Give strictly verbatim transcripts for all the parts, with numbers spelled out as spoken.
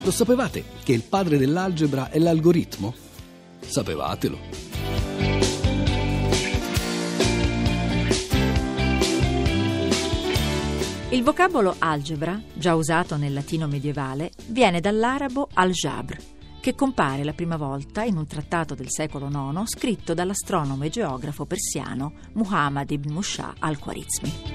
Lo sapevate che il padre dell'algebra è l'algoritmo? Sapevatelo. Il vocabolo algebra, già usato nel latino medievale, viene dall'arabo al-Jabr, che compare la prima volta in un trattato del secolo nono scritto dall'astronomo e geografo persiano Muhammad ibn Mushah al-Khwarizmi.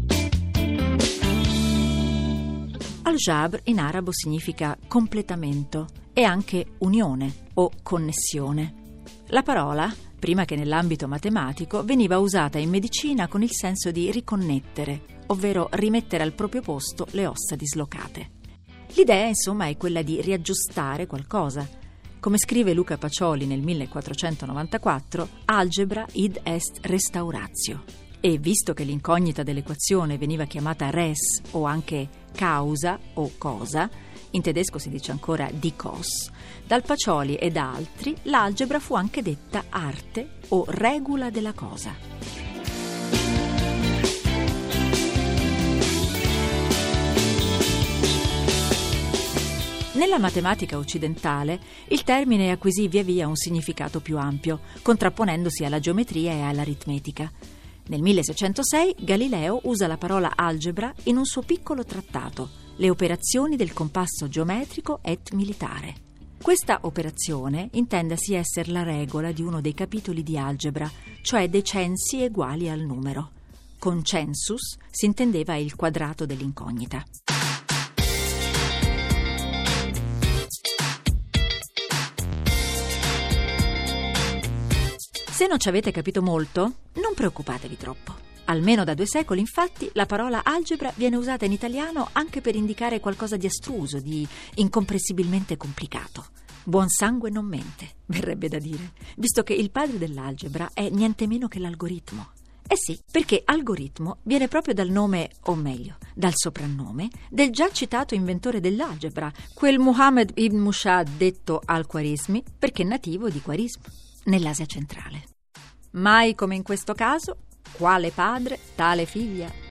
Al-Jabr in arabo significa completamento e anche unione o connessione. La parola, prima che nell'ambito matematico, veniva usata in medicina con il senso di riconnettere, ovvero rimettere al proprio posto le ossa dislocate. L'idea, insomma, è quella di riaggiustare qualcosa. Come scrive Luca Pacioli nel millequattrocentonovantaquattro, algebra id est restauratio. E visto che l'incognita dell'equazione veniva chiamata res o anche causa o cosa, in tedesco si dice ancora die Cos, dal Pacioli e da altri l'algebra fu anche detta arte o regola della cosa. Nella matematica occidentale il termine acquisì via via un significato più ampio, contrapponendosi alla geometria e all'aritmetica. Nel milleseicentosei Galileo usa la parola algebra in un suo piccolo trattato, Le operazioni del compasso geometrico et militare. Questa operazione intendasi essere la regola di uno dei capitoli di algebra, cioè dei censi uguali al numero. Con census si intendeva il quadrato dell'incognita. Se non ci avete capito molto, non preoccupatevi troppo. Almeno da due secoli, infatti, la parola algebra viene usata in italiano anche per indicare qualcosa di astruso, di incomprensibilmente complicato. Buon sangue non mente, verrebbe da dire, visto che il padre dell'algebra è niente meno che l'algoritmo. Eh sì, perché algoritmo viene proprio dal nome, o meglio, dal soprannome, del già citato inventore dell'algebra, quel Muhammad ibn Mushah detto al-Khwarizmi, perché nativo di Khwarizm, nell'Asia centrale. Mai come in questo caso, quale padre, tale figlia.